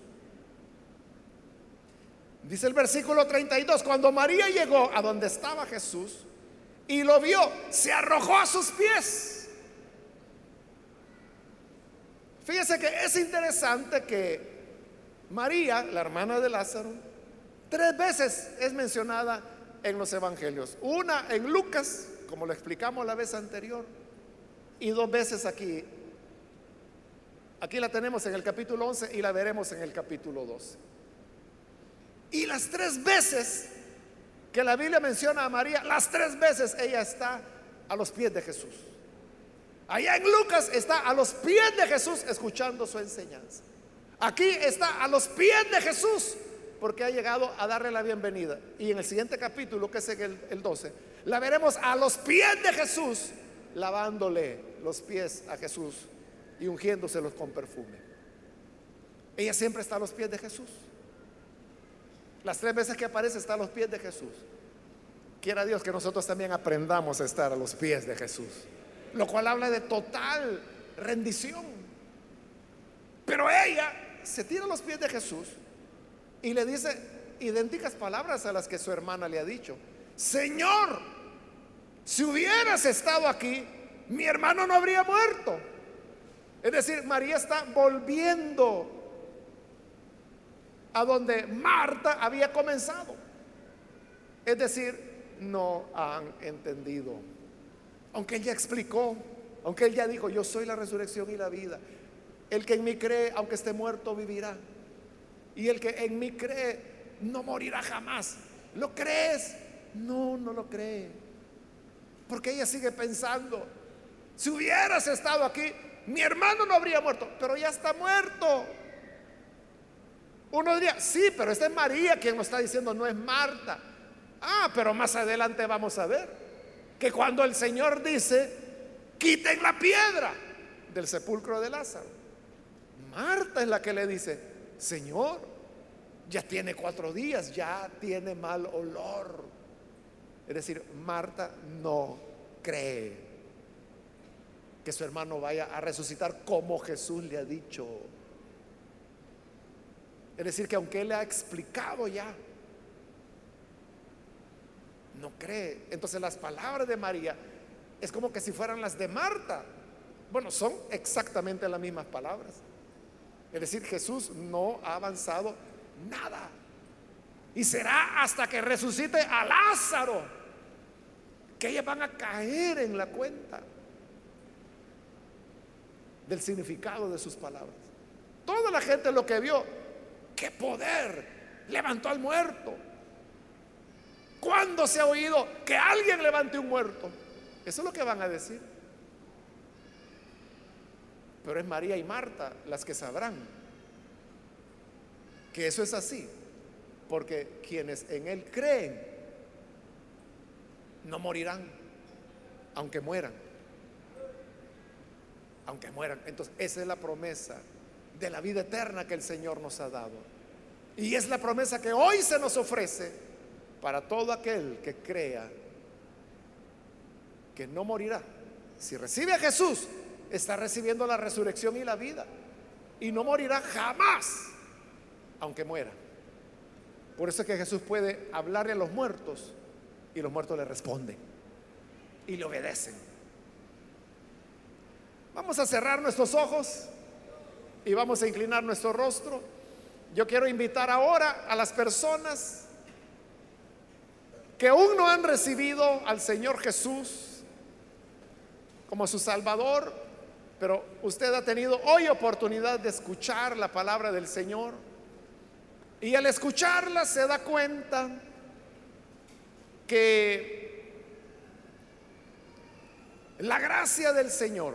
Dice el versículo 32: cuando María llegó a donde estaba Jesús y lo vio, se arrojó a sus pies. Fíjese que es interesante que María, la hermana de Lázaro, 3 veces es mencionada en los evangelios. Una en Lucas, como lo explicamos la vez anterior, y 2 veces aquí. Aquí la tenemos en el capítulo 11 y la veremos en el capítulo 12. Y las 3 veces que la Biblia menciona a María, las 3 veces ella está a los pies de Jesús. Allá en Lucas está a los pies de Jesús escuchando su enseñanza. Aquí está a los pies de Jesús porque ha llegado a darle la bienvenida. Y en el siguiente capítulo, que es el 12, la veremos a los pies de Jesús, lavándole los pies a Jesús y ungiéndoselos con perfume. Ella siempre está a los pies de Jesús. Las 3 veces que aparece está a los pies de Jesús. Quiera Dios que nosotros también aprendamos a estar a los pies de Jesús, lo cual habla de total rendición. Pero ella se tira a los pies de Jesús y le dice idénticas palabras a las que su hermana le ha dicho: Señor, si hubieras estado aquí, mi hermano no habría muerto. Es decir, María está volviendo a donde Marta había comenzado. Es decir, no han entendido. Aunque él ya explicó, aunque él ya dijo: yo soy la resurrección y la vida, el que en mí cree, aunque esté muerto, vivirá, y el que en mí cree no morirá jamás. ¿Lo crees? No, no lo cree, porque ella sigue pensando: si hubieras estado aquí, mi hermano no habría muerto. Pero ya está muerto. Uno diría: sí, pero esta es María quien lo está diciendo, no es Marta. Pero más adelante vamos a ver que cuando el Señor dice: quiten la piedra del sepulcro de Lázaro, Marta es la que le dice: Señor, ya tiene 4 días, ya tiene mal olor. Es decir, Marta no cree que su hermano vaya a resucitar como Jesús le ha dicho. Es decir, que aunque él le ha explicado ya, no cree. Entonces las palabras de María es como que si fueran las de Marta. Bueno, son exactamente las mismas palabras. Es decir, Jesús no ha avanzado nada, y será hasta que resucite a Lázaro que ellas van a caer en la cuenta del significado de sus palabras. Toda la gente lo que vio ¿qué poder levantó al muerto? ¿Cuándo se ha oído que alguien levante un muerto? Eso es lo que van a decir. Pero es María y Marta las que sabrán que eso es así, porque quienes en Él creen no morirán, aunque mueran. Aunque mueran. Entonces, esa es la promesa de la vida eterna que el Señor nos ha dado. Y es la promesa que hoy se nos ofrece para todo aquel que crea que no morirá. Si recibe a Jesús, está recibiendo la resurrección y la vida, y no morirá jamás, aunque muera. Por eso es que Jesús puede hablarle a los muertos y los muertos le responden y le obedecen. Vamos a cerrar nuestros ojos y vamos a inclinar nuestro rostro. Yo quiero invitar ahora a las personas que aún no han recibido al Señor Jesús como su Salvador, pero usted ha tenido hoy oportunidad de escuchar la palabra del Señor, y al escucharla se da cuenta que la gracia del Señor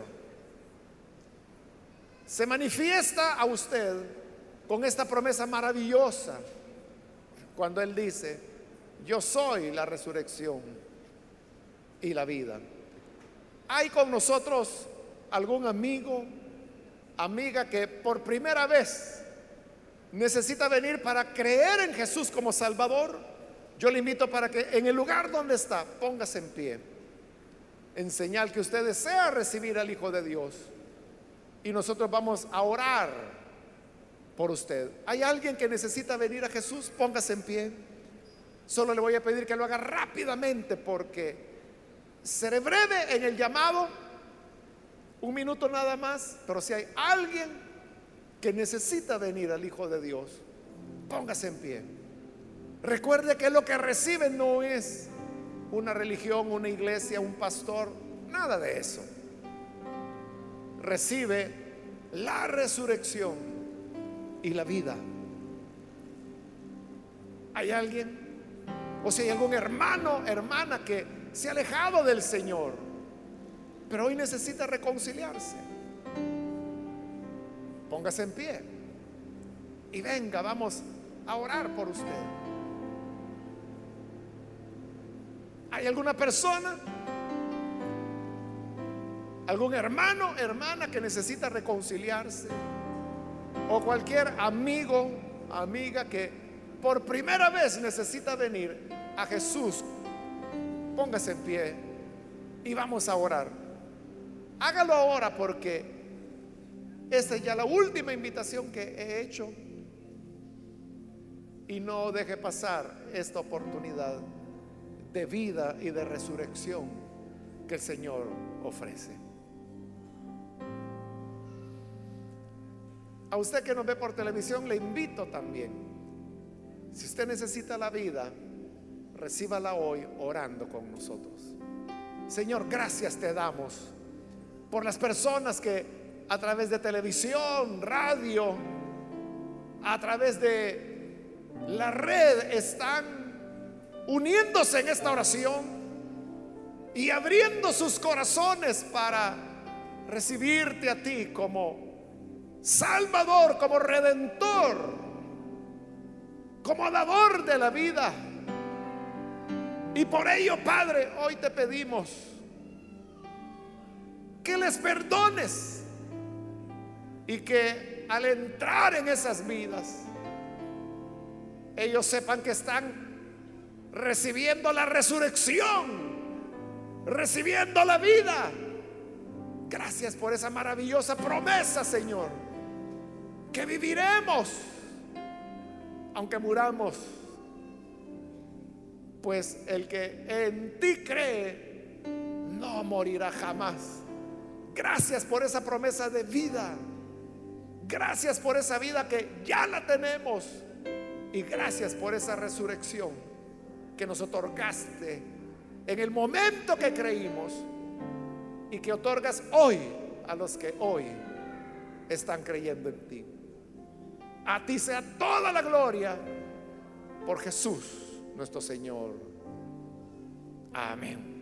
se manifiesta a usted con esta promesa maravillosa cuando Él dice: yo soy la resurrección y la vida. ¿Hay con nosotros algún amigo, amiga que por primera vez necesita venir para creer en Jesús como Salvador? Yo le invito para que en el lugar donde está, póngase en pie, en señal que usted desea recibir al Hijo de Dios, y nosotros vamos a orar por usted. ¿Hay alguien que necesita venir a Jesús? Póngase en pie. Solo le voy a pedir que lo haga rápidamente, porque seré breve en el llamado, un minuto nada más. Pero si hay alguien que necesita venir al Hijo de Dios, póngase en pie. Recuerde que lo que recibe no es una religión, una iglesia, un pastor, nada de eso. Recibe la resurrección y la vida. ¿Hay alguien? O si hay algún hermano, hermana que se ha alejado del Señor, pero hoy necesita reconciliarse, póngase en pie y venga, vamos a orar por usted. ¿Hay alguna persona, algún hermano, hermana que necesita reconciliarse? O cualquier amigo, amiga que por primera vez necesita venir a Jesús. Póngase en pie y vamos a orar. Hágalo ahora, porque esta es ya la última invitación que he hecho, y no deje pasar esta oportunidad de vida y de resurrección que el Señor ofrece. A usted que nos ve por televisión, le invito también: si usted necesita la vida, recíbala hoy orando con nosotros. Señor, gracias te damos por las personas que a través de televisión, radio, a través de la red están uniéndose en esta oración y abriendo sus corazones para recibirte a ti como Salvador, como Redentor, como dador de la vida. Y por ello, Padre, hoy te pedimos que les perdones y que al entrar en esas vidas, ellos sepan que están recibiendo la resurrección, recibiendo la vida. Gracias por esa maravillosa promesa, Señor, que viviremos aunque muramos, pues el que en ti cree no morirá jamás. Gracias por esa promesa de vida. Gracias por esa vida que ya la tenemos, y gracias por esa resurrección que nos otorgaste en el momento que creímos y que otorgas hoy a los que hoy están creyendo en ti. A ti sea toda la gloria por Jesús nuestro Señor. Amén.